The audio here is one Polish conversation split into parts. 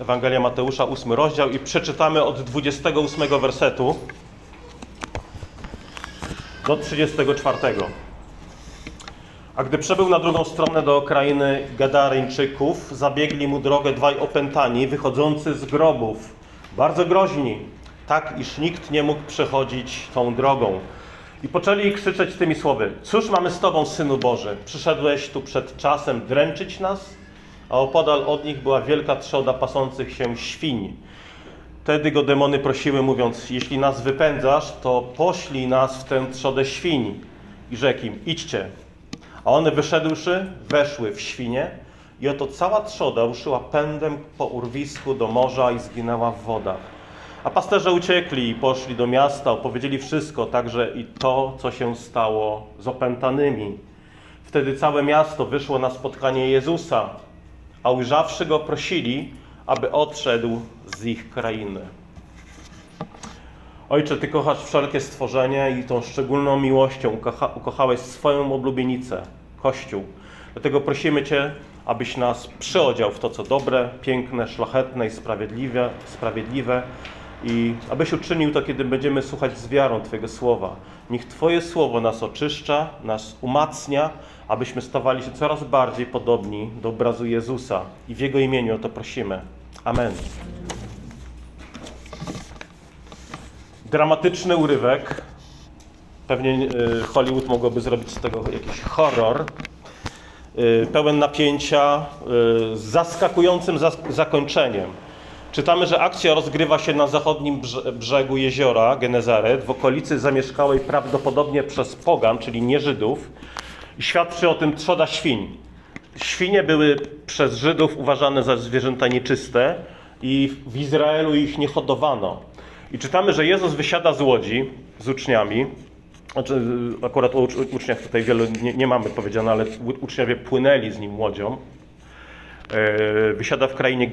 Ewangelia Mateusza, 8 rozdział i przeczytamy od 28 wersetu do 34. A gdy przebył na drugą stronę do krainy Gadareńczyków, zabiegli mu drogę dwaj opętani, wychodzący z grobów, bardzo groźni, tak iż nikt nie mógł przechodzić tą drogą. I poczęli krzyczeć tymi słowy: cóż mamy z Tobą, Synu Boży? Przyszedłeś tu przed czasem dręczyć nas? A opodal od nich była wielka trzoda pasących się świń. Wtedy go demony prosiły, mówiąc: jeśli nas wypędzasz, to poślij nas w tę trzodę świń. I rzekł im: idźcie. A one wyszedłszy, weszły w świnie i oto cała trzoda ruszyła pędem po urwisku do morza i zginęła w wodach. A pasterze uciekli i poszli do miasta, opowiedzieli wszystko, także i to, co się stało z opętanymi. Wtedy całe miasto wyszło na spotkanie Jezusa, a ujrzawszy Go prosili, aby odszedł z ich krainy. Ojcze, Ty kochasz wszelkie stworzenie i tą szczególną miłością ukochałeś swoją oblubienicę, Kościół. Dlatego prosimy Cię, abyś nas przyodział w to, co dobre, piękne, szlachetne i sprawiedliwe i abyś uczynił to, kiedy będziemy słuchać z wiarą Twojego słowa. Niech Twoje słowo nas oczyszcza, nas umacnia, abyśmy stawali się coraz bardziej podobni do obrazu Jezusa. I w Jego imieniu o to prosimy. Amen. Dramatyczny urywek. Pewnie Hollywood mogłoby zrobić z tego jakiś horror. Pełen napięcia, z zaskakującym zakończeniem. Czytamy, że akcja rozgrywa się na zachodnim brzegu jeziora Genezaret, w okolicy zamieszkałej prawdopodobnie przez pogan, czyli nie Żydów. I świadczy o tym trzoda świń. Świnie były przez Żydów uważane za zwierzęta nieczyste i w Izraelu ich nie hodowano. I czytamy, że Jezus wysiada z łodzi z uczniami. Znaczy, akurat o uczniach tutaj wiele nie mamy powiedziane, ale uczniowie płynęli z nim łodzią. Wysiada w krainie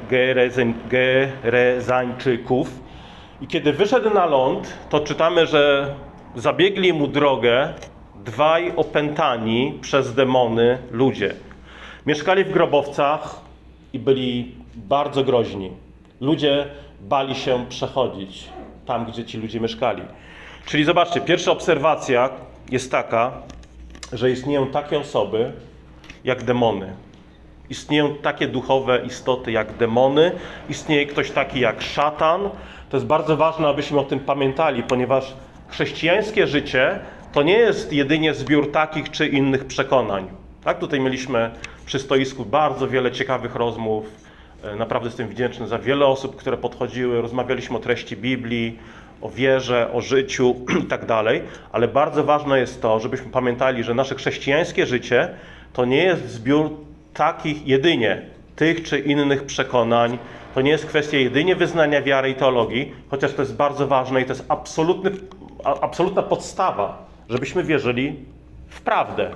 Gerezańczyków. I kiedy wyszedł na ląd, to czytamy, że zabiegli mu drogę dwaj opętani przez demony ludzie. Mieszkali w grobowcach i byli bardzo groźni. Ludzie bali się przechodzić tam, gdzie ci ludzie mieszkali. Czyli zobaczcie, pierwsza obserwacja jest taka, że istnieją takie osoby jak demony. Istnieją takie duchowe istoty jak demony. Istnieje ktoś taki jak szatan. To jest bardzo ważne, abyśmy o tym pamiętali, ponieważ chrześcijańskie życie to nie jest jedynie zbiór takich czy innych przekonań. Tak, tutaj mieliśmy przy stoisku bardzo wiele ciekawych rozmów. Naprawdę jestem wdzięczny za wiele osób, które podchodziły. Rozmawialiśmy o treści Biblii, o wierze, o życiu i tak dalej. Ale bardzo ważne jest to, żebyśmy pamiętali, że nasze chrześcijańskie życie to nie jest zbiór takich jedynie tych czy innych przekonań. To nie jest kwestia jedynie wyznania wiary i teologii, chociaż to jest bardzo ważne i to jest absolutna podstawa, żebyśmy wierzyli w prawdę.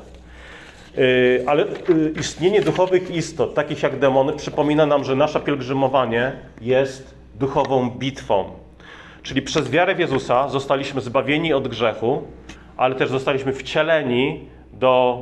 Ale istnienie duchowych istot, takich jak demony, przypomina nam, że nasze pielgrzymowanie jest duchową bitwą. Czyli przez wiarę w Jezusa zostaliśmy zbawieni od grzechu, ale też zostaliśmy wcieleni do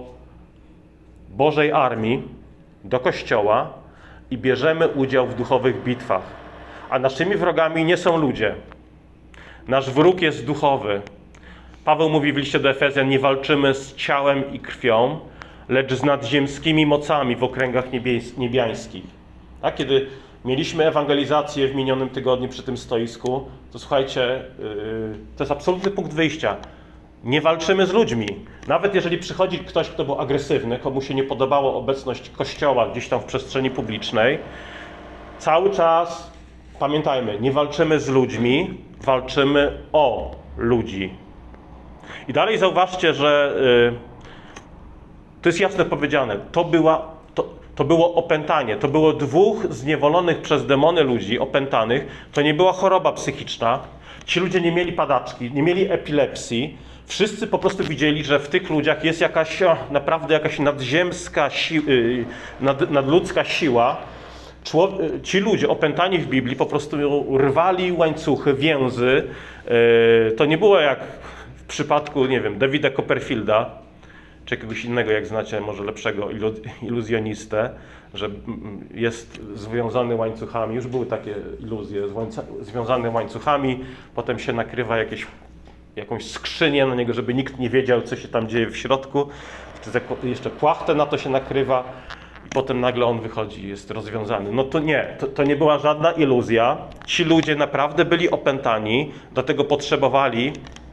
Bożej armii, do Kościoła i bierzemy udział w duchowych bitwach. A naszymi wrogami nie są ludzie. Nasz wróg jest duchowy. Paweł mówi w liście do Efezjan: nie walczymy z ciałem i krwią, lecz z nadziemskimi mocami w okręgach niebiańskich. Tak? Kiedy mieliśmy ewangelizację w minionym tygodniu przy tym stoisku, to słuchajcie, to jest absolutny punkt wyjścia. Nie walczymy z ludźmi. Nawet jeżeli przychodzi ktoś, kto był agresywny, komu się nie podobała obecność Kościoła gdzieś tam w przestrzeni publicznej, cały czas pamiętajmy, nie walczymy z ludźmi, walczymy o ludzi. I dalej zauważcie, że to jest jasno powiedziane. To było opętanie. To było dwóch zniewolonych przez demony ludzi, opętanych. To nie była choroba psychiczna. Ci ludzie nie mieli padaczki, nie mieli epilepsji. Wszyscy po prostu widzieli, że w tych ludziach jest naprawdę jakaś nadziemska, nadludzka siła. Ci ludzie opętani w Biblii po prostu rwali łańcuchy, więzy. To nie było jak w przypadku, nie wiem, Davida Copperfielda, czy kogoś innego, jak znacie, może lepszego iluzjonistę, że jest związany łańcuchami. Już były takie iluzje, związane łańcuchami, potem się nakrywa jakąś skrzynię na niego, żeby nikt nie wiedział, co się tam dzieje w środku. Jeszcze płachtę na to się nakrywa i potem nagle on wychodzi, jest rozwiązany. No to nie, to nie była żadna iluzja. Ci ludzie naprawdę byli opętani, dlatego potrzebowali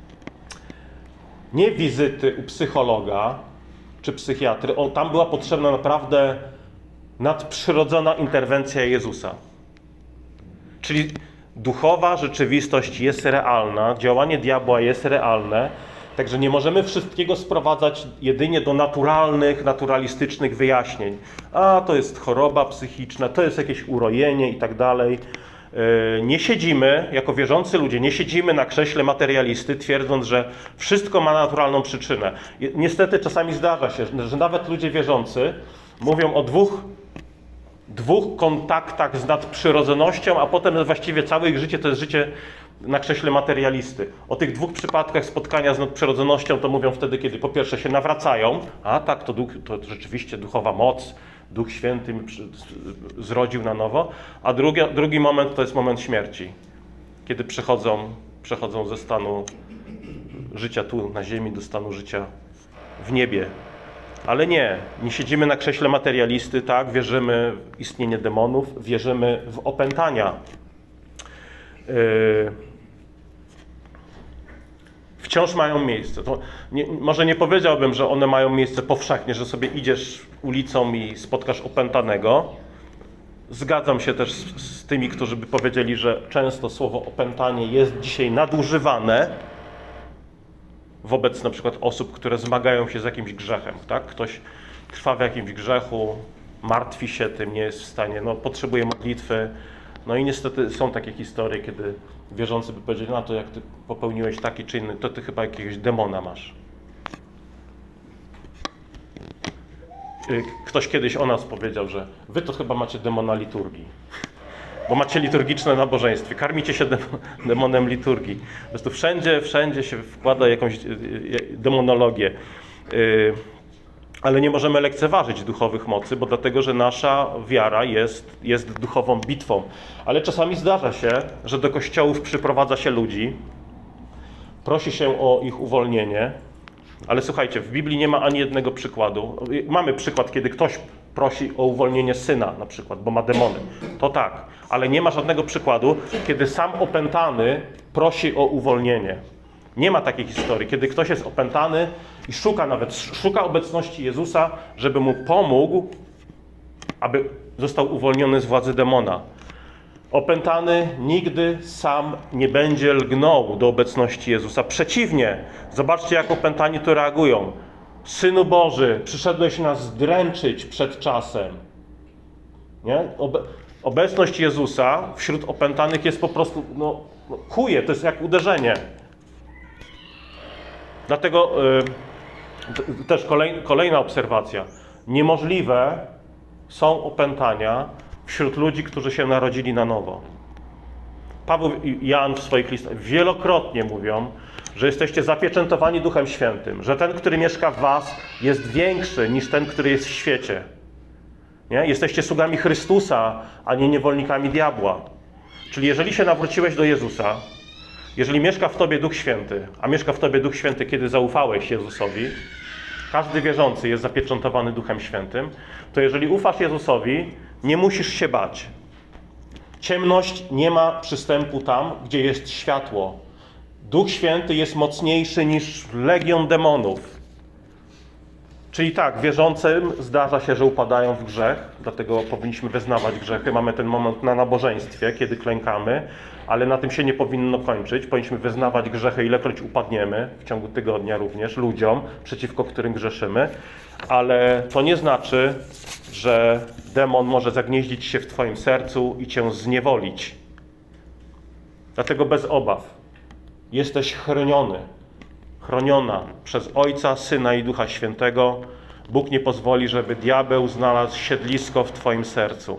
nie wizyty u psychologa czy psychiatry. Tam była potrzebna naprawdę nadprzyrodzona interwencja Jezusa. Czyli duchowa rzeczywistość jest realna, działanie diabła jest realne, także nie możemy wszystkiego sprowadzać jedynie do naturalistycznych wyjaśnień. A to jest choroba psychiczna, to jest jakieś urojenie i tak dalej. Nie siedzimy, jako wierzący ludzie, nie siedzimy na krześle materialisty, twierdząc, że wszystko ma naturalną przyczynę. Niestety czasami zdarza się, że nawet ludzie wierzący mówią o dwóch kontaktach z nadprzyrodzonością, a potem właściwie całe ich życie to jest życie na krześle materialisty. O tych dwóch przypadkach spotkania z nadprzyrodzonością to mówią wtedy, kiedy po pierwsze się nawracają, a tak, to rzeczywiście duchowa moc, Duch Święty zrodził na nowo, a drugi moment to jest moment śmierci, kiedy przechodzą ze stanu życia tu na ziemi do stanu życia w niebie. Ale nie siedzimy na krześle materialisty, tak, wierzymy w istnienie demonów, wierzymy w opętania. Wciąż mają miejsce. Może nie powiedziałbym, że one mają miejsce powszechnie, że sobie idziesz ulicą i spotkasz opętanego. Zgadzam się też z tymi, którzy by powiedzieli, że często słowo opętanie jest dzisiaj nadużywane wobec na przykład osób, które zmagają się z jakimś grzechem. Tak? Ktoś trwa w jakimś grzechu, martwi się tym, nie jest w stanie, potrzebuje modlitwy. No i niestety są takie historie, kiedy wierzący by powiedzieli, no to jak ty popełniłeś taki czy inny, to ty chyba jakiegoś demona masz. Ktoś kiedyś o nas powiedział, że wy to chyba macie demona liturgii. Bo macie liturgiczne nabożeństwie, karmicie się demonem liturgii. Po prostu wszędzie się wkłada jakąś demonologię. Ale nie możemy lekceważyć duchowych mocy, bo dlatego, że nasza wiara jest duchową bitwą. Ale czasami zdarza się, że do kościołów przyprowadza się ludzi, prosi się o ich uwolnienie, ale słuchajcie, w Biblii nie ma ani jednego przykładu. Mamy przykład, kiedy ktoś prosi o uwolnienie syna na przykład, bo ma demony. To tak, ale nie ma żadnego przykładu, kiedy sam opętany prosi o uwolnienie. Nie ma takiej historii, kiedy ktoś jest opętany i szuka obecności Jezusa, żeby mu pomógł, aby został uwolniony z władzy demona. Opętany nigdy sam nie będzie lgnął do obecności Jezusa. Przeciwnie, zobaczcie, jak opętani to reagują. Synu Boży, przyszedłeś nas zdręczyć przed czasem. Nie? Obecność Jezusa wśród opętanych jest po prostu, kuje, to jest jak uderzenie. Dlatego też kolejna obserwacja. Niemożliwe są opętania wśród ludzi, którzy się narodzili na nowo. Paweł i Jan w swoich listach wielokrotnie mówią, że jesteście zapieczętowani Duchem Świętym, że ten, który mieszka w was, jest większy niż ten, który jest w świecie. Nie? Jesteście sługami Chrystusa, a nie niewolnikami diabła. Czyli jeżeli się nawróciłeś do Jezusa, jeżeli mieszka w tobie Duch Święty, a mieszka w tobie Duch Święty, kiedy zaufałeś Jezusowi, każdy wierzący jest zapieczętowany Duchem Świętym, to jeżeli ufasz Jezusowi, nie musisz się bać. Ciemność nie ma przystępu tam, gdzie jest światło. Duch Święty jest mocniejszy niż legion demonów. Czyli tak, wierzącym zdarza się, że upadają w grzech, dlatego powinniśmy wyznawać grzechy. Mamy ten moment na nabożeństwie, kiedy klękamy, ale na tym się nie powinno kończyć. Powinniśmy wyznawać grzechy, ilekroć upadniemy, w ciągu tygodnia również, ludziom, przeciwko którym grzeszymy. Ale to nie znaczy, że demon może zagnieździć się w twoim sercu i cię zniewolić. Dlatego bez obaw. Jesteś chroniony. Chroniona przez Ojca, Syna i Ducha Świętego. Bóg nie pozwoli, żeby diabeł znalazł siedlisko w twoim sercu.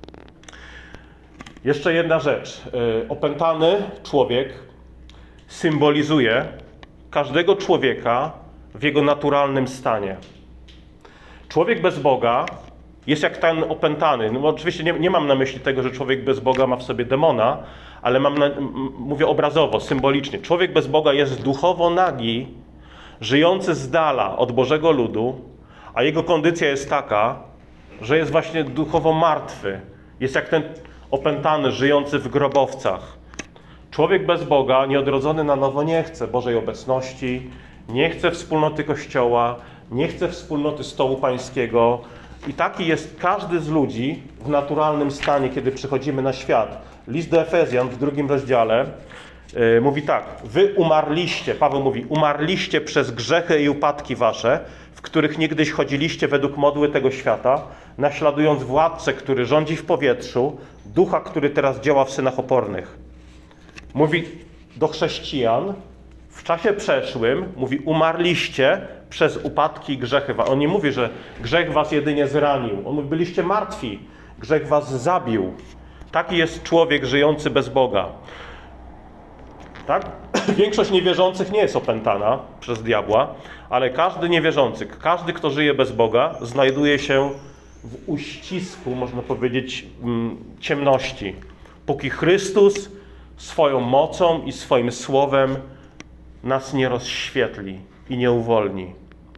Jeszcze jedna rzecz. Opętany człowiek symbolizuje każdego człowieka w jego naturalnym stanie. Człowiek bez Boga jest jak ten opętany. No, oczywiście nie mam na myśli tego, że człowiek bez Boga ma w sobie demona, ale mówię obrazowo, symbolicznie. Człowiek bez Boga jest duchowo nagi, żyjący z dala od Bożego ludu, a jego kondycja jest taka, że jest właśnie duchowo martwy. Jest jak ten opętany, żyjący w grobowcach. Człowiek bez Boga, nieodrodzony na nowo, nie chce Bożej obecności, nie chce wspólnoty Kościoła, nie chce wspólnoty stołu pańskiego. I taki jest każdy z ludzi w naturalnym stanie, kiedy przychodzimy na świat. List do Efezjan w 2 rozdziale mówi tak: wy umarliście, Paweł mówi, umarliście przez grzechy i upadki wasze, w których niegdyś chodziliście według modły tego świata, naśladując władcę, który rządzi w powietrzu, ducha, który teraz działa w synach opornych. Mówi do chrześcijan w czasie przeszłym, mówi umarliście przez upadki i grzechy. On nie mówi, że grzech was jedynie zranił. On mówi, byliście martwi, grzech was zabił. Taki jest człowiek żyjący bez Boga. Tak? Większość niewierzących nie jest opętana przez diabła, ale każdy niewierzący, każdy, kto żyje bez Boga, znajduje się w uścisku, można powiedzieć, ciemności. Póki Chrystus swoją mocą i swoim słowem nas nie rozświetli i nie uwolni.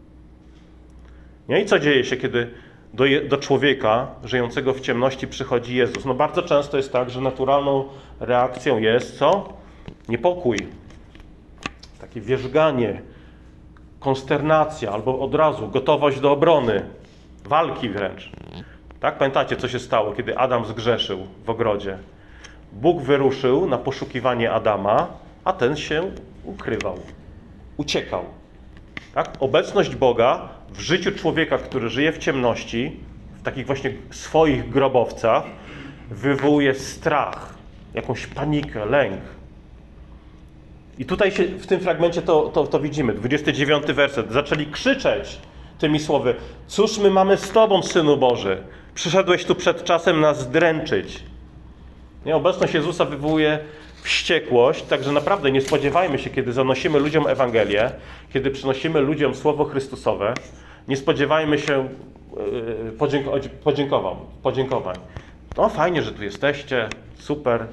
No i co dzieje się, kiedy do człowieka żyjącego w ciemności przychodzi Jezus? No bardzo często jest tak, że naturalną reakcją jest co? Niepokój, takie wierzganie, konsternacja albo od razu gotowość do obrony, walki wręcz. Tak? Pamiętacie, co się stało, kiedy Adam zgrzeszył w ogrodzie? Bóg wyruszył na poszukiwanie Adama, a ten się ukrywał, uciekał. Tak? Obecność Boga w życiu człowieka, który żyje w ciemności, w takich właśnie swoich grobowcach, wywołuje strach, jakąś panikę, lęk. I tutaj w tym fragmencie to widzimy. 29 werset. Zaczęli krzyczeć tymi słowy: cóż my mamy z Tobą, Synu Boży? Przyszedłeś tu przed czasem nas dręczyć. Nie? Obecność Jezusa wywołuje wściekłość, także naprawdę nie spodziewajmy się, kiedy zanosimy ludziom Ewangelię, kiedy przynosimy ludziom Słowo Chrystusowe, nie spodziewajmy się podziękowań. No fajnie, że tu jesteście, super.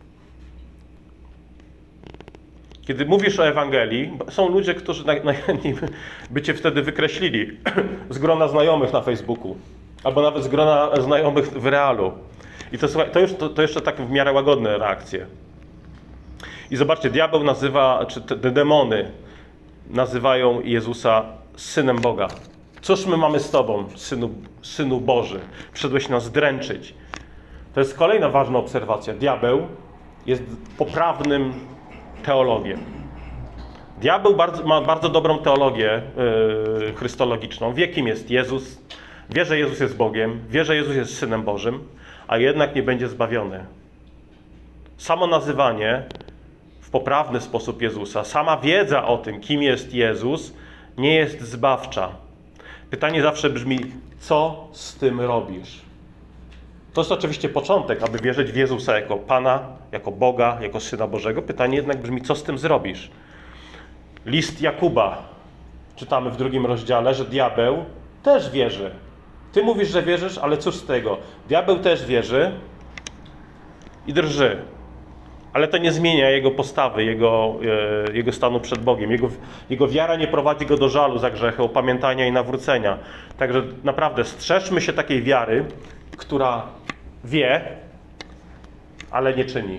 Kiedy mówisz o Ewangelii, są ludzie, którzy najchętniej by cię wtedy wykreślili z grona znajomych na Facebooku, albo nawet z grona znajomych w realu. I to jeszcze tak w miarę łagodne reakcje. I zobaczcie, diabeł nazywa, czy te demony nazywają Jezusa Synem Boga. Cóż my mamy z Tobą, Synu Boży? Przyszedłeś nas dręczyć. To jest kolejna ważna obserwacja. Diabeł jest poprawnym teologiem. Diabeł ma bardzo dobrą teologię chrystologiczną. Wie, kim jest Jezus. Wie, że Jezus jest Bogiem. Wie, że Jezus jest Synem Bożym, a jednak nie będzie zbawiony. Samo nazywanie w poprawny sposób Jezusa, sama wiedza o tym, kim jest Jezus, nie jest zbawcza. Pytanie zawsze brzmi, co z tym robisz? To jest oczywiście początek, aby wierzyć w Jezusa jako Pana, jako Boga, jako Syna Bożego. Pytanie jednak brzmi, co z tym zrobisz? List Jakuba, czytamy w 2 rozdziale, że diabeł też wierzy. Ty mówisz, że wierzysz, ale cóż z tego? Diabeł też wierzy i drży. Ale to nie zmienia jego postawy, jego stanu przed Bogiem. Jego wiara nie prowadzi go do żalu za grzechy, opamiętania i nawrócenia. Także naprawdę strzeżmy się takiej wiary, która wie, ale nie czyni.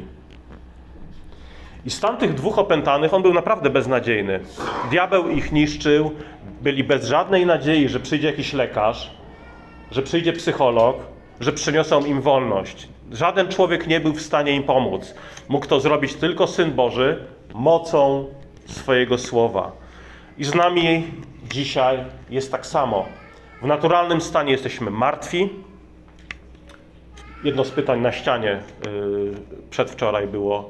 I stan tych dwóch opętanych, on był naprawdę beznadziejny. Diabeł ich niszczył, byli bez żadnej nadziei, że przyjdzie jakiś lekarz, że przyjdzie psycholog, że przyniosą im wolność. Żaden człowiek nie był w stanie im pomóc. Mógł to zrobić tylko Syn Boży mocą swojego słowa. I z nami dzisiaj jest tak samo. W naturalnym stanie jesteśmy martwi. Jedno z pytań na ścianie przedwczoraj było,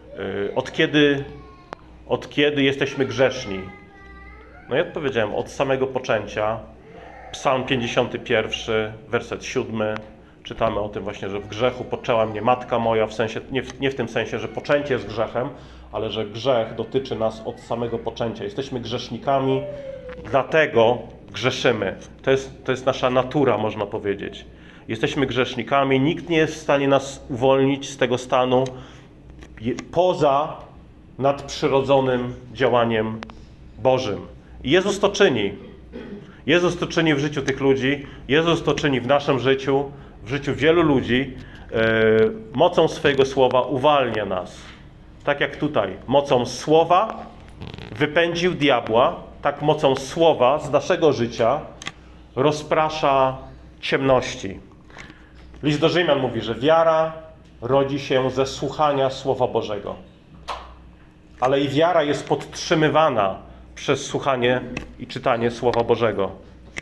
od kiedy jesteśmy grzeszni? No i odpowiedziałem, od samego poczęcia. Psalm 51, werset 7. Czytamy o tym właśnie, że w grzechu poczęła mnie matka moja, w sensie, nie w tym sensie, że poczęcie jest grzechem, ale że grzech dotyczy nas od samego poczęcia. Jesteśmy grzesznikami Dlatego grzeszymy. To jest nasza natura, można powiedzieć. Jesteśmy grzesznikami, nikt nie jest w stanie nas uwolnić z tego stanu poza nadprzyrodzonym działaniem Bożym. I Jezus to czyni. Jezus to czyni w życiu tych ludzi, Jezus to czyni w naszym życiu, w życiu wielu ludzi. Mocą swojego słowa uwalnia nas. Tak jak tutaj. Mocą słowa wypędził diabła, tak mocą słowa z naszego życia rozprasza ciemności. List do Rzymian mówi, że wiara rodzi się ze słuchania Słowa Bożego. Ale i wiara jest podtrzymywana przez słuchanie i czytanie Słowa Bożego.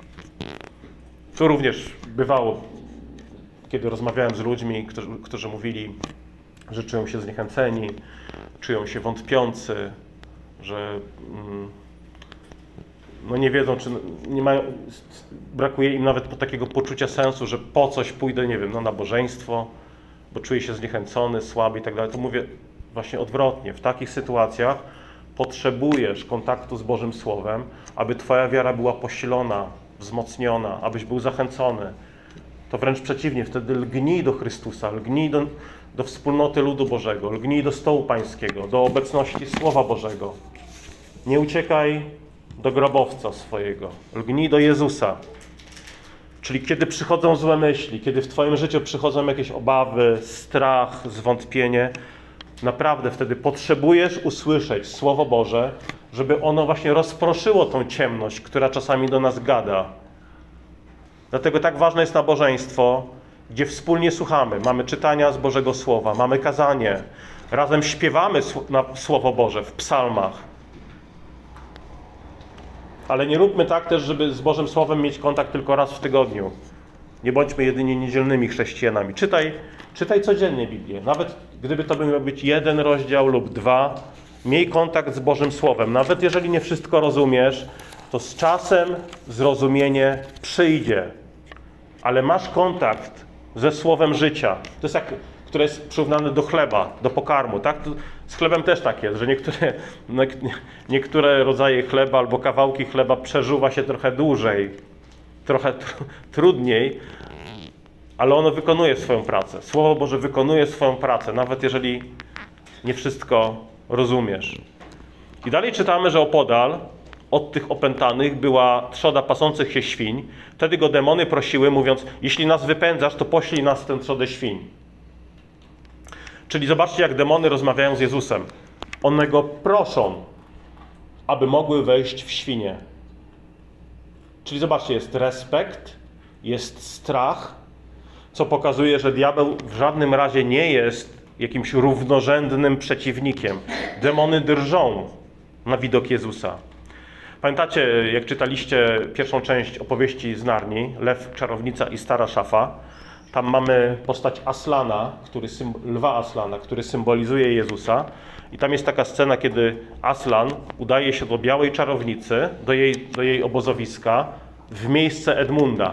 To również bywało, kiedy rozmawiałem z ludźmi, którzy mówili, że czują się zniechęceni, czują się wątpiący, że nie wiedzą, czy nie mają, brakuje im nawet takiego poczucia sensu, że po coś pójdę, nie wiem, na nabożeństwo, bo czuję się zniechęcony, słaby i tak dalej. To mówię właśnie odwrotnie. W takich sytuacjach potrzebujesz kontaktu z Bożym Słowem, aby twoja wiara była posilona, wzmocniona, abyś był zachęcony. To wręcz przeciwnie, wtedy lgnij do Chrystusa, lgnij do wspólnoty ludu Bożego, lgnij do stołu pańskiego, do obecności Słowa Bożego. Nie uciekaj do grobowca swojego, lgnij do Jezusa. Czyli kiedy przychodzą złe myśli, kiedy w twoim życiu przychodzą jakieś obawy, strach, zwątpienie, naprawdę wtedy potrzebujesz usłyszeć Słowo Boże, żeby ono właśnie rozproszyło tą ciemność, która czasami do nas gada. Dlatego tak ważne jest nabożeństwo, gdzie wspólnie słuchamy. Mamy czytania z Bożego Słowa, mamy kazanie, razem śpiewamy Słowo Boże w psalmach. Ale nie róbmy tak też, żeby z Bożym Słowem mieć kontakt tylko raz w tygodniu. Nie bądźmy jedynie niedzielnymi chrześcijanami. Czytaj codziennie Biblię. Nawet gdyby to miał być 1 rozdział lub 2, miej kontakt z Bożym Słowem. Nawet jeżeli nie wszystko rozumiesz, to z czasem zrozumienie przyjdzie. Ale masz kontakt ze Słowem życia. To jest które jest przyrównane do chleba, do pokarmu. Tak? Z chlebem też tak jest, że niektóre rodzaje chleba albo kawałki chleba przeżuwa się trochę dłużej, trochę trudniej, ale ono wykonuje swoją pracę. Słowo Boże wykonuje swoją pracę, nawet jeżeli nie wszystko rozumiesz. I dalej czytamy, że opodal od tych opętanych była trzoda pasących się świń. Wtedy go demony prosiły, mówiąc, jeśli nas wypędzasz, to poślij nas w tę trzodę świń. Czyli zobaczcie, jak demony rozmawiają z Jezusem. One go proszą, aby mogły wejść w świnie. Czyli zobaczcie, jest respekt, jest strach, co pokazuje, że diabeł w żadnym razie nie jest jakimś równorzędnym przeciwnikiem. Demony drżą na widok Jezusa. Pamiętacie, jak czytaliście pierwszą część opowieści z Narni, Lew, Czarownica i Stara Szafa? Tam mamy postać Aslana, lwa Aslana, który symbolizuje Jezusa. I tam jest taka scena, kiedy Aslan udaje się do białej czarownicy, do jej obozowiska, w miejsce Edmunda.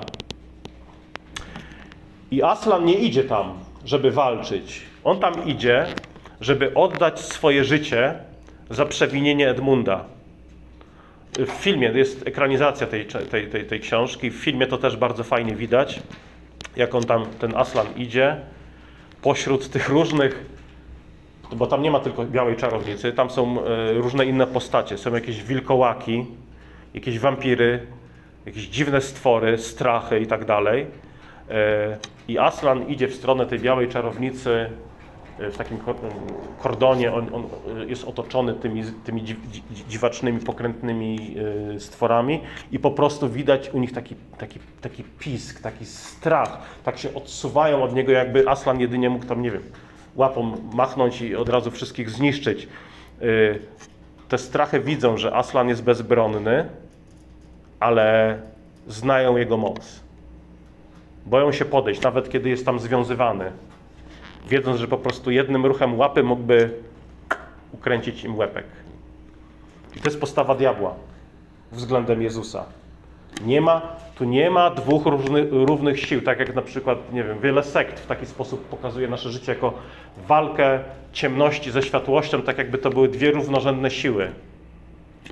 I Aslan nie idzie tam, żeby walczyć. On tam idzie, żeby oddać swoje życie za przewinienie Edmunda. W filmie jest ekranizacja tej książki. W filmie to też bardzo fajnie widać, jak on tam, ten Aslan idzie pośród tych różnych, bo tam nie ma tylko białej czarownicy, tam są różne inne postacie. Są jakieś wilkołaki, jakieś wampiry, jakieś dziwne stwory, strachy i tak dalej. I Aslan idzie w stronę tej białej czarownicy w takim kordonie. On jest otoczony tymi dziwacznymi, pokrętnymi stworami i po prostu widać u nich taki pisk, taki strach. Tak się odsuwają od niego, jakby Aslan jedynie mógł tam, nie wiem, łapą machnąć i od razu wszystkich zniszczyć. Te strachy widzą, że Aslan jest bezbronny, ale znają jego moc. Boją się podejść, nawet kiedy jest tam związywany. Wiedząc, że po prostu jednym ruchem łapy mógłby ukręcić im łepek. I to jest postawa diabła względem Jezusa. Tu nie ma dwóch równych sił, tak jak na przykład, nie wiem, wiele sekt w taki sposób pokazuje nasze życie jako walkę ciemności ze światłością, tak jakby to były dwie równorzędne siły.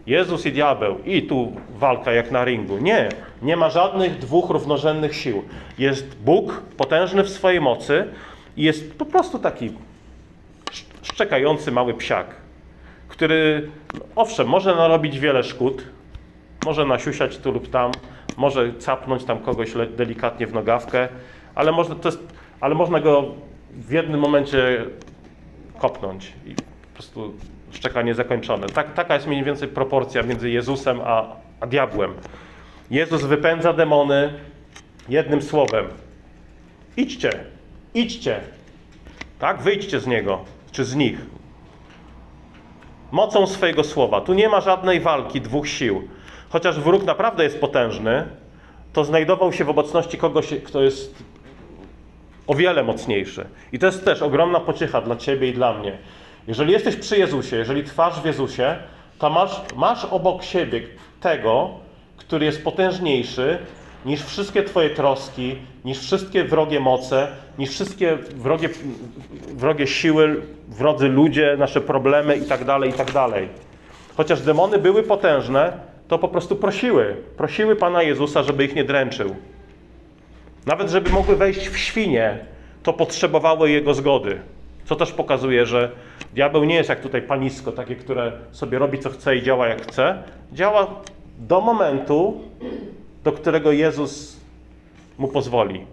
Jezus i diabeł i tu walka jak na ringu. Nie, nie ma żadnych dwóch równorzędnych sił. Jest Bóg potężny w swojej mocy i jest po prostu taki szczekający mały psiak, który owszem, może narobić wiele szkód, może nasiusiać tu lub tam, może capnąć tam kogoś delikatnie w nogawkę, ale można go w jednym momencie kopnąć i po prostu szczekanie zakończone. Taka jest mniej więcej proporcja między Jezusem a diabłem. Jezus wypędza demony jednym słowem. Idźcie, idźcie. Tak? Wyjdźcie z niego, czy z nich. Mocą swojego słowa. Tu nie ma żadnej walki dwóch sił. Chociaż wróg naprawdę jest potężny, to znajdował się w obecności kogoś, kto jest o wiele mocniejszy. I to jest też ogromna pociecha dla ciebie i dla mnie. Jeżeli jesteś przy Jezusie, jeżeli trwasz w Jezusie, to masz obok siebie tego, który jest potężniejszy niż wszystkie twoje troski, niż wszystkie wrogie moce, niż wszystkie wrogie siły, wrodzy ludzie, nasze problemy itd., itd. Chociaż demony były potężne, to po prostu prosiły Pana Jezusa, żeby ich nie dręczył. Nawet żeby mogły wejść w świnie, to potrzebowały Jego zgody. Co też pokazuje, że diabeł nie jest jak tutaj panisko, takie, które sobie robi co chce i działa jak chce. Działa do momentu, do którego Jezus mu pozwoli.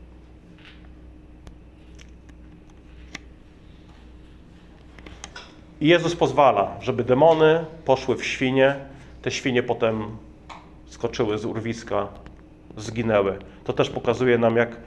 I Jezus pozwala, żeby demony poszły w świnie. Te świnie potem skoczyły z urwiska, zginęły. To też pokazuje nam, jak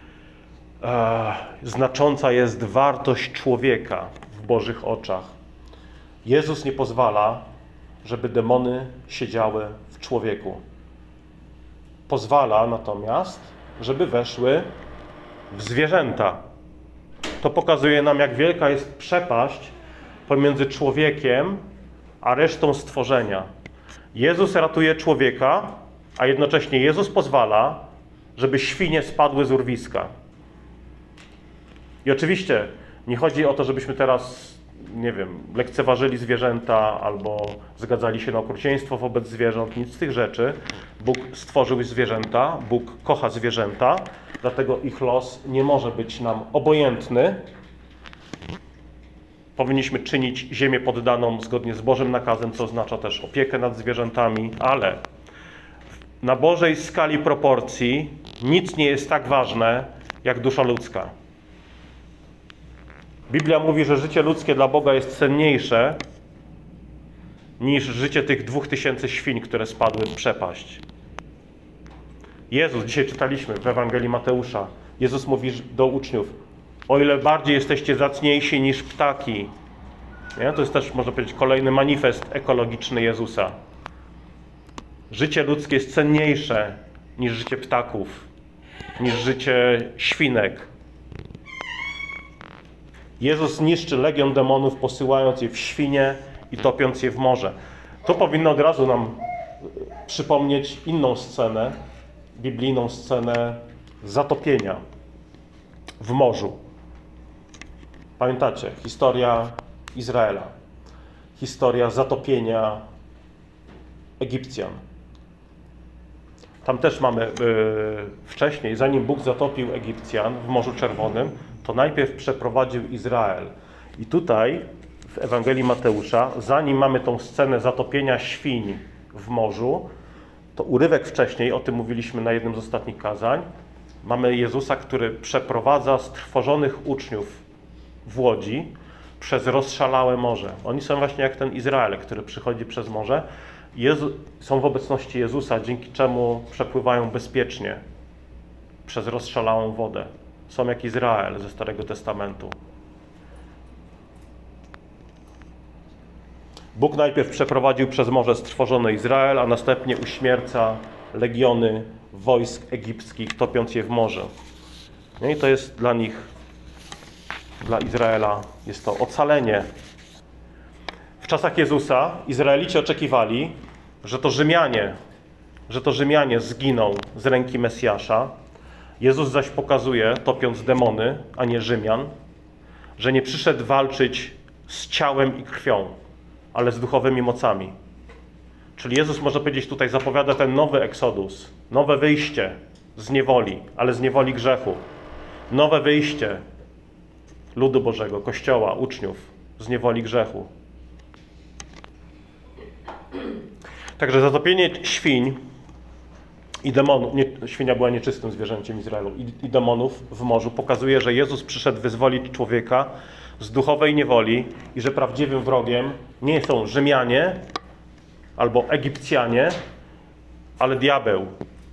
znacząca jest wartość człowieka w Bożych oczach. Jezus nie pozwala, żeby demony siedziały w człowieku. Pozwala natomiast, żeby weszły w zwierzęta. To pokazuje nam, jak wielka jest przepaść pomiędzy człowiekiem a resztą stworzenia. Jezus ratuje człowieka, a jednocześnie Jezus pozwala, żeby świnie spadły z urwiska. I oczywiście nie chodzi o to, żebyśmy teraz, nie wiem, lekceważyli zwierzęta albo zgadzali się na okrucieństwo wobec zwierząt, nic z tych rzeczy. Bóg stworzył zwierzęta, Bóg kocha zwierzęta, dlatego ich los nie może być nam obojętny. Powinniśmy czynić ziemię poddaną zgodnie z Bożym nakazem, co oznacza też opiekę nad zwierzętami, ale na Bożej skali proporcji nic nie jest tak ważne jak dusza ludzka. Biblia mówi, że życie ludzkie dla Boga jest cenniejsze niż życie tych 2000 świń, które spadły w przepaść. Jezus, dzisiaj czytaliśmy w Ewangelii Mateusza, Jezus mówi do uczniów: o ile bardziej jesteście zacniejsi niż ptaki. Nie? To jest też, można powiedzieć, kolejny manifest ekologiczny Jezusa. Życie ludzkie jest cenniejsze niż życie ptaków, niż życie świnek. Jezus niszczy legion demonów, posyłając je w świnie i topiąc je w morze. To powinno od razu nam przypomnieć inną scenę, biblijną scenę zatopienia w morzu. Pamiętacie, historia Izraela, historia zatopienia Egipcjan. Tam też mamy wcześniej, zanim Bóg zatopił Egipcjan w Morzu Czerwonym, to najpierw przeprowadził Izrael. I tutaj w Ewangelii Mateusza, zanim mamy tą scenę zatopienia świń w morzu, to urywek wcześniej, o tym mówiliśmy na jednym z ostatnich kazań, mamy Jezusa, który przeprowadza strwożonych uczniów w łodzi przez rozszalałe morze. Oni są właśnie jak ten Izrael, który przychodzi przez morze. Są w obecności Jezusa, dzięki czemu przepływają bezpiecznie przez rozszalałą wodę. Są jak Izrael ze Starego Testamentu. Bóg najpierw przeprowadził przez morze strwożony Izrael, a następnie uśmierca legiony wojsk egipskich, topiąc je w morze. No i to jest dla nich, dla Izraela, jest to ocalenie. W czasach Jezusa Izraelici oczekiwali, że to Rzymianie zginą z ręki Mesjasza. Jezus zaś pokazuje, topiąc demony, a nie Rzymian, że nie przyszedł walczyć z ciałem i krwią, ale z duchowymi mocami. Czyli Jezus, można powiedzieć, tutaj zapowiada ten nowy eksodus, nowe wyjście z niewoli, ale z niewoli grzechu. Nowe wyjście ludu Bożego, Kościoła, uczniów z niewoli grzechu. Także zatopienie świń i demonów, świnia była nieczystym zwierzęciem Izraelu, i demonów w morzu pokazuje, że Jezus przyszedł wyzwolić człowieka z duchowej niewoli i że prawdziwym wrogiem nie są Rzymianie albo Egipcjanie, ale diabeł.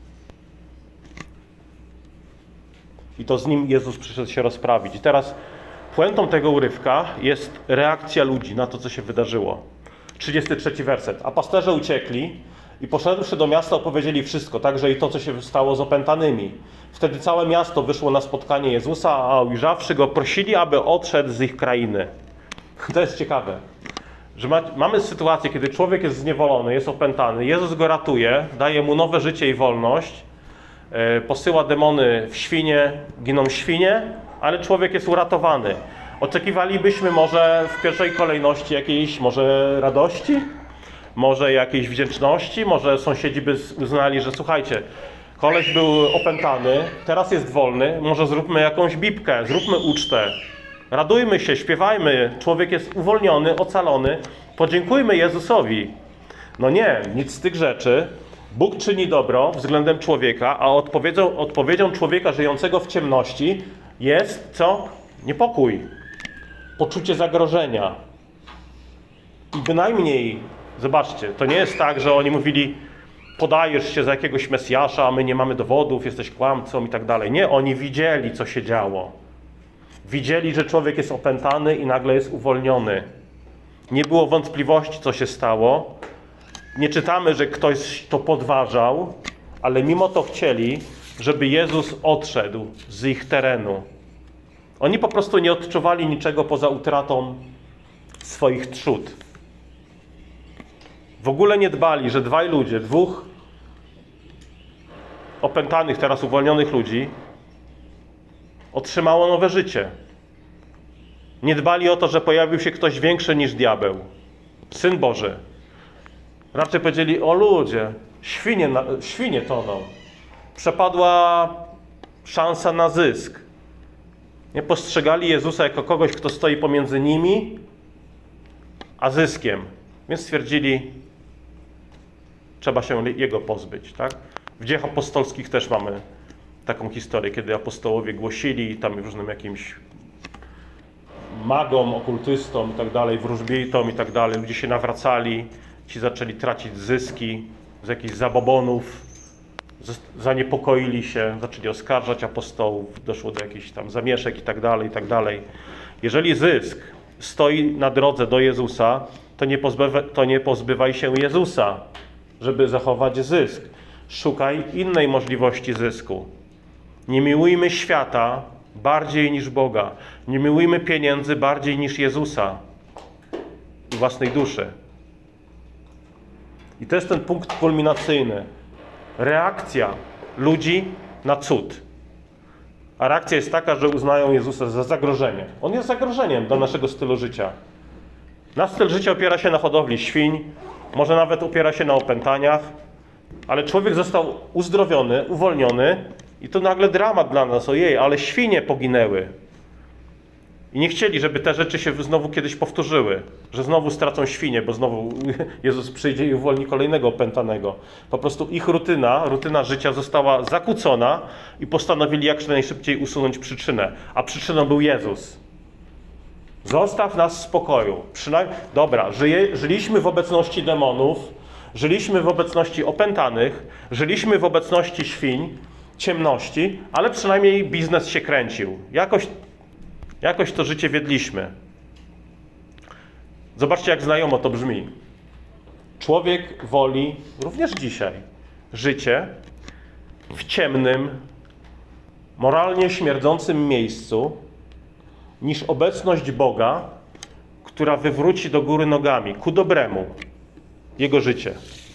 I to z nim Jezus przyszedł się rozprawić. I teraz puentą tego urywka jest reakcja ludzi na to, co się wydarzyło. 33 werset. A pasterze uciekli i poszedłszy do miasta opowiedzieli wszystko, także i to, co się stało z opętanymi. Wtedy całe miasto wyszło na spotkanie Jezusa, a ujrzawszy Go prosili, aby odszedł z ich krainy. To jest ciekawe, że mamy sytuację, kiedy człowiek jest zniewolony, jest opętany, Jezus go ratuje, daje mu nowe życie i wolność, posyła demony w świnie, giną świnie, ale człowiek jest uratowany. Oczekiwalibyśmy może w pierwszej kolejności jakiejś może radości, może jakiejś wdzięczności, może sąsiedzi by uznali, że słuchajcie, koleś był opętany, teraz jest wolny, może zróbmy jakąś bibkę, zróbmy ucztę. Radujmy się, śpiewajmy, człowiek jest uwolniony, ocalony, podziękujmy Jezusowi. No nie, nic z tych rzeczy. Bóg czyni dobro względem człowieka, a odpowiedzią człowieka żyjącego w ciemności jest co? Niepokój, poczucie zagrożenia. I bynajmniej, zobaczcie, to nie jest tak, że oni mówili, podajesz się za jakiegoś Mesjasza, a my nie mamy dowodów, jesteś kłamcą i tak dalej. Nie, oni widzieli, co się działo. Widzieli, że człowiek jest opętany i nagle jest uwolniony. Nie było wątpliwości, co się stało. Nie czytamy, że ktoś to podważał, ale mimo to chcieli, żeby Jezus odszedł z ich terenu. Oni po prostu nie odczuwali niczego poza utratą swoich trzód. W ogóle nie dbali, że dwóch opętanych, teraz uwolnionych ludzi otrzymało nowe życie. Nie dbali o to, że pojawił się ktoś większy niż diabeł, Syn Boży. Raczej powiedzieli, o ludzie, świnie toną. Przepadła szansa na zysk. Nie postrzegali Jezusa jako kogoś, kto stoi pomiędzy nimi a zyskiem. Więc stwierdzili, trzeba się Jego pozbyć. Tak? W Dziejach Apostolskich też mamy taką historię, kiedy apostołowie głosili tam różnym jakimś magom, okultystom i tak dalej, wróżbitom i tak dalej. Ludzie się nawracali, ci zaczęli tracić zyski z jakichś zabobonów, zaniepokoili się, zaczęli oskarżać apostołów, doszło do jakichś tam zamieszek i tak dalej, i tak dalej. Jeżeli zysk stoi na drodze do Jezusa, to nie pozbywaj się Jezusa, żeby zachować zysk. Szukaj innej możliwości zysku. Nie miłujmy świata bardziej niż Boga. Nie miłujmy pieniędzy bardziej niż Jezusa i własnej duszy. I to jest ten punkt kulminacyjny. Reakcja ludzi na cud. A reakcja jest taka, że uznają Jezusa za zagrożenie. On jest zagrożeniem dla naszego stylu życia. Nasz styl życia opiera się na hodowli świń, może nawet opiera się na opętaniach, ale człowiek został uzdrowiony, uwolniony i to nagle dramat dla nas. Ojej, ale świnie poginęły. I nie chcieli, żeby te rzeczy się znowu kiedyś powtórzyły, że znowu stracą świnie, bo znowu Jezus przyjdzie i uwolni kolejnego opętanego. Po prostu ich rutyna życia została zakłócona i postanowili jak najszybciej usunąć przyczynę. A przyczyną był Jezus. Zostaw nas w spokoju. Dobra, żyliśmy w obecności demonów, żyliśmy w obecności opętanych, żyliśmy w obecności świń, ciemności, ale przynajmniej biznes się kręcił. Jakoś to życie wiedliśmy. Zobaczcie, jak znajomo to brzmi. Człowiek woli, również dzisiaj, życie w ciemnym, moralnie śmierdzącym miejscu, niż obecność Boga, która wywróci do góry nogami, ku dobremu, jego życie.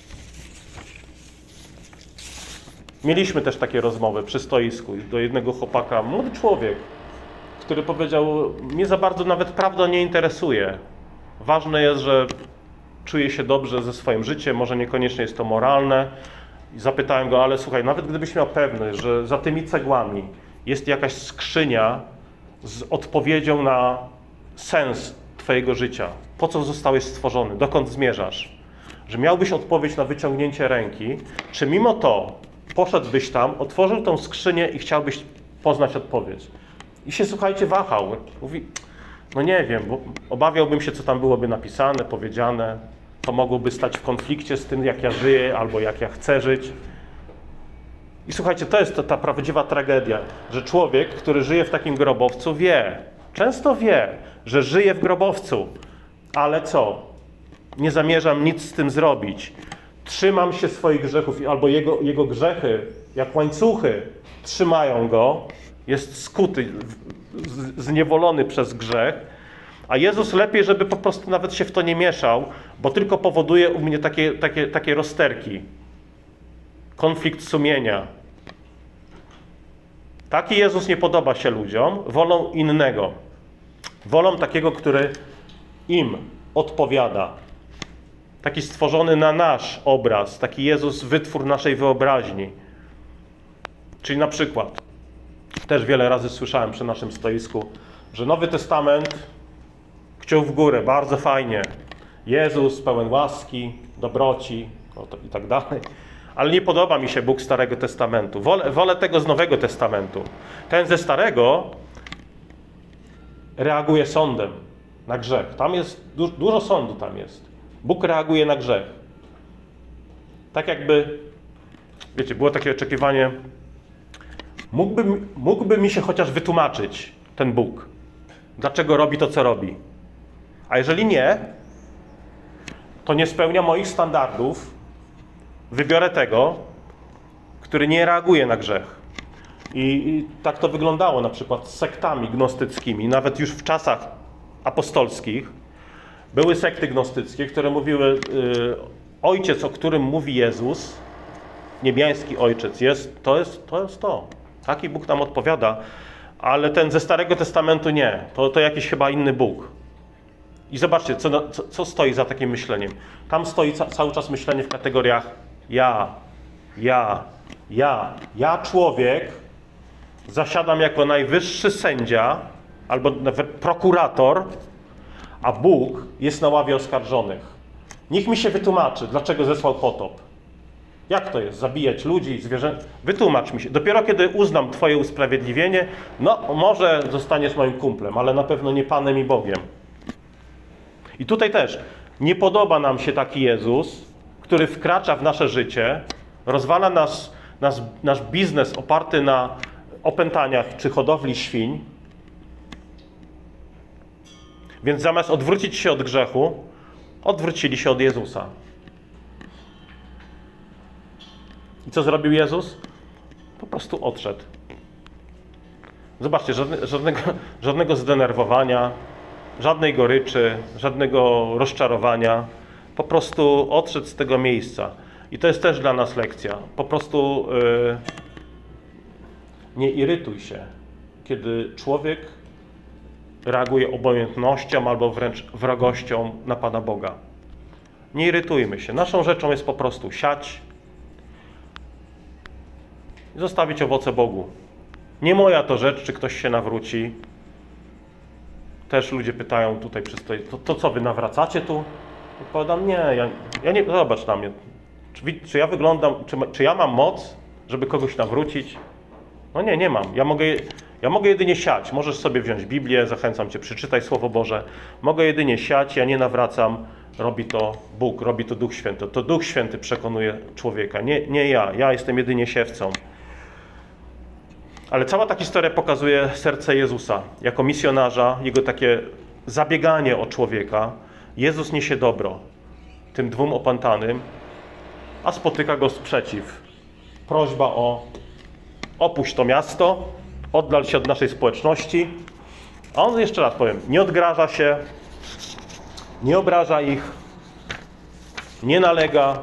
Mieliśmy też takie rozmowy przy stoisku do jednego chłopaka, młody człowiek, który powiedział, mnie za bardzo nawet prawda nie interesuje. Ważne jest, że czuje się dobrze ze swoim życiem, może niekoniecznie jest to moralne. I zapytałem go, ale słuchaj, nawet gdybyś miał pewność, że za tymi cegłami jest jakaś skrzynia z odpowiedzią na sens twojego życia, po co zostałeś stworzony, dokąd zmierzasz, że miałbyś odpowiedź na wyciągnięcie ręki, czy mimo to poszedłbyś tam, otworzył tą skrzynię i chciałbyś poznać odpowiedź. I się, słuchajcie, wahał. Mówi, no nie wiem, bo obawiałbym się, co tam byłoby napisane, powiedziane. To mogłoby stać w konflikcie z tym, jak ja żyję, albo jak ja chcę żyć. I słuchajcie, to jest ta prawdziwa tragedia, że człowiek, który żyje w takim grobowcu, często wie, że żyje w grobowcu, ale co? Nie zamierzam nic z tym zrobić. Trzymam się swoich grzechów, albo jego grzechy, jak łańcuchy, trzymają go, jest skuty, zniewolony przez grzech, a Jezus lepiej, żeby po prostu nawet się w to nie mieszał, bo tylko powoduje u mnie takie rozterki. Konflikt sumienia. Taki Jezus nie podoba się ludziom, wolą innego. Wolą takiego, który im odpowiada. Taki stworzony na nasz obraz, taki Jezus, wytwór naszej wyobraźni. Czyli na przykład, też wiele razy słyszałem przy naszym stoisku, że Nowy Testament kciuk w górę, bardzo fajnie. Jezus pełen łaski, dobroci i tak dalej. Ale nie podoba mi się Bóg Starego Testamentu. Wolę tego z Nowego Testamentu. Ten ze Starego reaguje sądem na grzech. Tam jest dużo sądu tam jest. Bóg reaguje na grzech. Tak jakby, wiecie, było takie oczekiwanie, mógłby mi się chociaż wytłumaczyć ten Bóg. Dlaczego robi to, co robi. A jeżeli nie, to nie spełnia moich standardów, wybiorę tego, który nie reaguje na grzech. I tak to wyglądało na przykład z sektami gnostyckimi, nawet już w czasach apostolskich. Były sekty gnostyckie, które mówiły, ojciec, o którym mówi Jezus, niebiański ojciec, to jest to. Taki Bóg nam odpowiada, ale ten ze Starego Testamentu nie. To jakiś chyba inny Bóg. I zobaczcie, co stoi za takim myśleniem. Tam stoi cały czas myślenie w kategoriach ja człowiek, zasiadam jako najwyższy sędzia albo nawet prokurator, a Bóg jest na ławie oskarżonych. Niech mi się wytłumaczy, dlaczego zesłał potop. Jak to jest? Zabijać ludzi, zwierzęta? Wytłumacz mi się. Dopiero kiedy uznam twoje usprawiedliwienie, no może zostaniesz moim kumplem, ale na pewno nie Panem i Bogiem. I tutaj też nie podoba nam się taki Jezus, który wkracza w nasze życie, rozwala nasz biznes oparty na opętaniach czy hodowli świń. Więc zamiast odwrócić się od grzechu, odwrócili się od Jezusa. I co zrobił Jezus? Po prostu odszedł. Zobaczcie, żadnego zdenerwowania, żadnej goryczy, żadnego rozczarowania. Po prostu odszedł z tego miejsca. I to jest też dla nas lekcja. Po prostu nie irytuj się, kiedy człowiek reaguje obojętnością albo wręcz wrogością na Pana Boga. Nie irytujmy się. Naszą rzeczą jest po prostu siać i zostawić owoce Bogu. Nie moja to rzecz, czy ktoś się nawróci. Też ludzie pytają tutaj przy stole, to co, wy nawracacie tu? Odpowiadam, nie, ja nie, zobacz na mnie. Czy ja wyglądam, czy ja mam moc, żeby kogoś nawrócić? No nie mam. Ja mogę jedynie siać. Możesz sobie wziąć Biblię, zachęcam cię, przeczytaj Słowo Boże. Mogę jedynie siać, ja nie nawracam. Robi to Bóg, robi to Duch Święty. To Duch Święty przekonuje człowieka, nie ja. Ja jestem jedynie siewcą. Ale cała ta historia pokazuje serce Jezusa. Jako misjonarza, jego takie zabieganie o człowieka. Jezus niesie dobro tym dwóm opętanym, a spotyka go sprzeciw. Prośba o opuść to miasto, oddal się od naszej społeczności. A on, jeszcze raz powiem, nie odgraża się, nie obraża ich, nie nalega.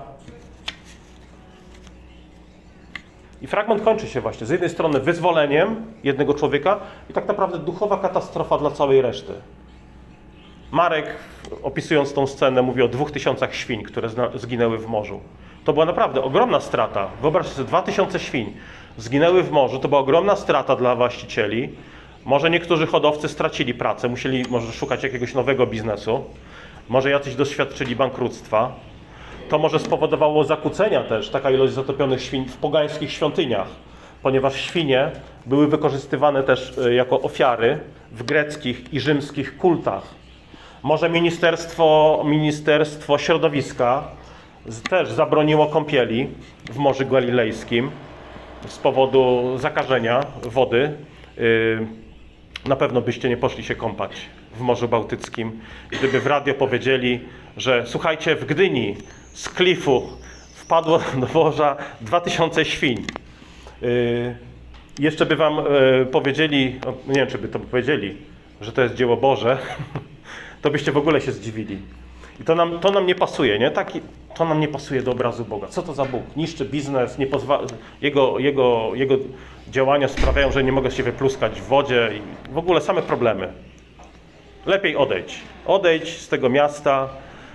I fragment kończy się właśnie z jednej strony wyzwoleniem jednego człowieka i tak naprawdę duchowa katastrofa dla całej reszty. Marek, opisując tą scenę, mówi o 2000 świń, które zginęły w morzu. To była naprawdę ogromna strata. Wyobraźcie sobie, 2000 świń zginęły w morzu. To była ogromna strata dla właścicieli. Może niektórzy hodowcy stracili pracę, musieli może szukać jakiegoś nowego biznesu. Może jacyś doświadczyli bankructwa. To może spowodowało zakłócenia też, taka ilość zatopionych świń w pogańskich świątyniach, ponieważ świnie były wykorzystywane też jako ofiary w greckich i rzymskich kultach. Może Ministerstwo Środowiska też zabroniło kąpieli w Morzu Galilejskim z powodu zakażenia wody. Na pewno byście nie poszli się kąpać w Morzu Bałtyckim, gdyby w radio powiedzieli, że słuchajcie, w Gdyni z klifu wpadło do morza 2000 świń. Jeszcze by wam powiedzieli, nie wiem, czy by to powiedzieli, że to jest dzieło Boże, to byście w ogóle się zdziwili. I to nam nie pasuje, nie? To nam nie pasuje do obrazu Boga. Co to za Bóg? Niszczy biznes, nie jego działania sprawiają, że nie mogę się wypluskać w wodzie i w ogóle same problemy. Lepiej odejdź. Odejdź z tego miasta.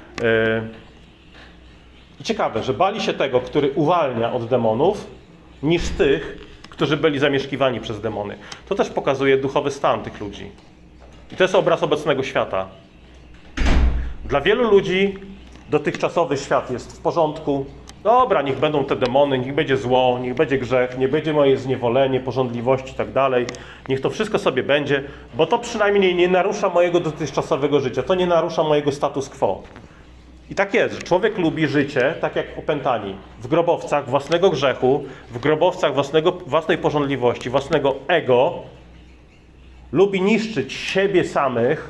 I ciekawe, że bali się tego, który uwalnia od demonów, niż tych, którzy byli zamieszkiwani przez demony. To też pokazuje duchowy stan tych ludzi. I to jest obraz obecnego świata. Dla wielu ludzi dotychczasowy świat jest w porządku. Dobra, niech będą te demony, niech będzie zło, niech będzie grzech, niech będzie moje zniewolenie, pożądliwość i tak dalej. Niech to wszystko sobie będzie, bo to przynajmniej nie narusza mojego dotychczasowego życia. To nie narusza mojego status quo. I tak jest, że człowiek lubi życie, tak jak opętani, w grobowcach własnego grzechu, w grobowcach własnej pożądliwości, własnego ego. Lubi niszczyć siebie samych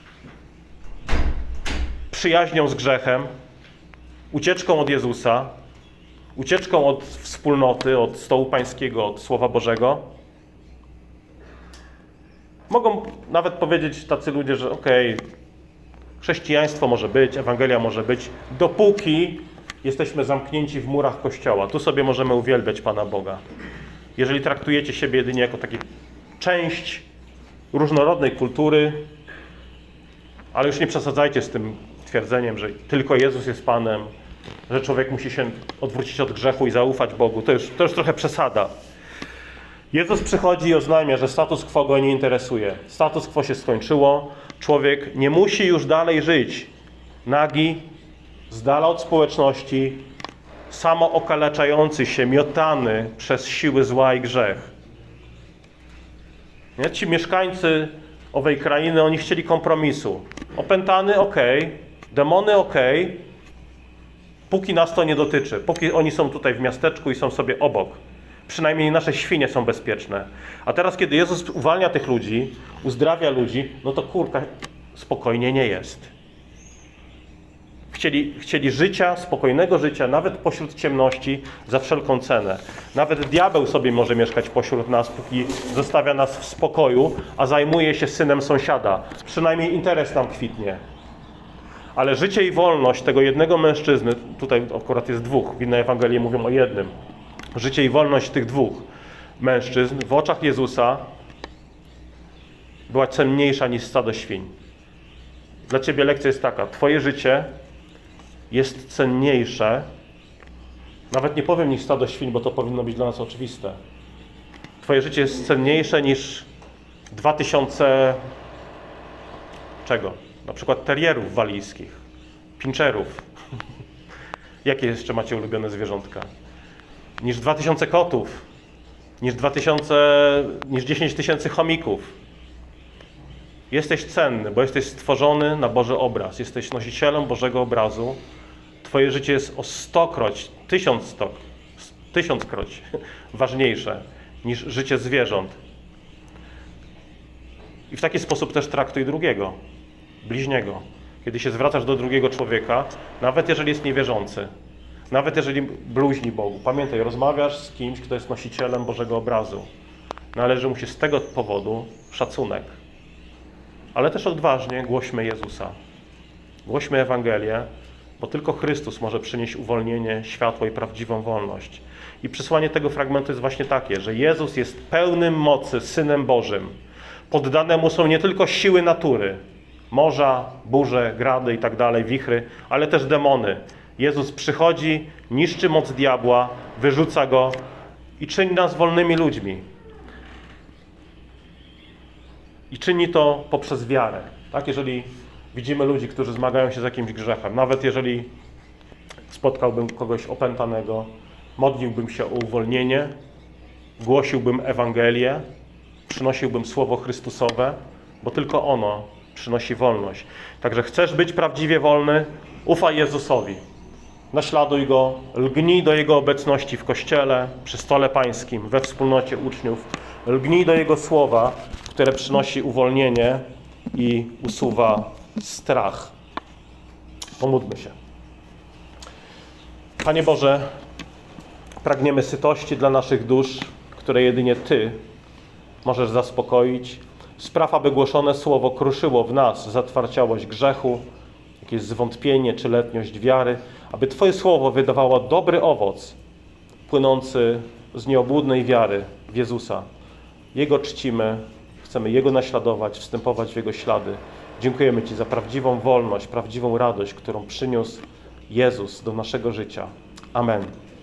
przyjaźnią z grzechem, ucieczką od Jezusa, ucieczką od wspólnoty, od stołu pańskiego, od Słowa Bożego. Mogą nawet powiedzieć tacy ludzie, że okej, chrześcijaństwo może być, Ewangelia może być, dopóki jesteśmy zamknięci w murach Kościoła. Tu sobie możemy uwielbiać Pana Boga. Jeżeli traktujecie siebie jedynie jako taką część różnorodnej kultury, ale już nie przesadzajcie z tym twierdzeniem, że tylko Jezus jest Panem, że człowiek musi się odwrócić od grzechu i zaufać Bogu. To już trochę przesada. Jezus przychodzi i oznajmia, że status quo go nie interesuje. Status quo się skończyło. Człowiek nie musi już dalej żyć nagi, z dala od społeczności, samookaleczający się, miotany przez siły zła i grzech. Nie? Ci mieszkańcy owej krainy, oni chcieli kompromisu. Opętany, okej. Demony, okej. Póki nas to nie dotyczy. Póki oni są tutaj w miasteczku i są sobie obok. Przynajmniej nasze świnie są bezpieczne. A teraz, kiedy Jezus uwalnia tych ludzi, uzdrawia ludzi, no to kurka, spokojnie nie jest. Chcieli życia, spokojnego życia, nawet pośród ciemności, za wszelką cenę. Nawet diabeł sobie może mieszkać pośród nas, póki zostawia nas w spokoju, a zajmuje się synem sąsiada. Przynajmniej interes nam kwitnie. Ale życie i wolność tego jednego mężczyzny, tutaj akurat jest dwóch, w innej Ewangelii mówią o jednym. Życie i wolność tych dwóch mężczyzn w oczach Jezusa była cenniejsza niż stado świń. Dla ciebie lekcja jest taka, twoje życie jest cenniejsze, nawet nie powiem niż stado świń, bo to powinno być dla nas oczywiste. Twoje życie jest cenniejsze niż 2000 czego? Na przykład terierów walijskich, pincherów. Jakie jeszcze macie ulubione zwierzątka? Niż 2000 kotów, niż 10 000 chomików. Jesteś cenny, bo jesteś stworzony na Boży obraz. Jesteś nosicielem Bożego obrazu. Twoje życie jest o 100-kroć, 1000-kroć ważniejsze niż życie zwierząt. I w taki sposób też traktuj drugiego, bliźniego. Kiedy się zwracasz do drugiego człowieka, nawet jeżeli jest niewierzący, nawet jeżeli bluźni Bogu, pamiętaj, rozmawiasz z kimś, kto jest nosicielem Bożego obrazu. Należy mu się z tego powodu szacunek. Ale też odważnie głośmy Jezusa. Głośmy Ewangelię, bo tylko Chrystus może przynieść uwolnienie, światło i prawdziwą wolność. I przesłanie tego fragmentu jest właśnie takie, że Jezus jest pełnym mocy Synem Bożym. Poddane Mu są nie tylko siły natury, morza, burze, grady i tak dalej, wichry, ale też demony. Jezus przychodzi, niszczy moc diabła, wyrzuca go i czyni nas wolnymi ludźmi. I czyni to poprzez wiarę. Tak? Jeżeli widzimy ludzi, którzy zmagają się z jakimś grzechem, nawet jeżeli spotkałbym kogoś opętanego, modliłbym się o uwolnienie, głosiłbym Ewangelię, przynosiłbym Słowo Chrystusowe, bo tylko ono przynosi wolność. Także chcesz być prawdziwie wolny? Ufaj Jezusowi. Naśladuj Go, lgnij do Jego obecności w Kościele, przy stole pańskim, we wspólnocie uczniów. Lgnij do Jego Słowa, które przynosi uwolnienie i usuwa strach. Pomódlmy się. Panie Boże, pragniemy sytości dla naszych dusz, które jedynie Ty możesz zaspokoić. Spraw, aby głoszone Słowo kruszyło w nas zatwardziałość grzechu, jakieś zwątpienie czy letniość wiary, aby Twoje Słowo wydawało dobry owoc płynący z nieobłudnej wiary w Jezusa. Jego czcimy, chcemy Jego naśladować, wstępować w Jego ślady. Dziękujemy Ci za prawdziwą wolność, prawdziwą radość, którą przyniósł Jezus do naszego życia. Amen.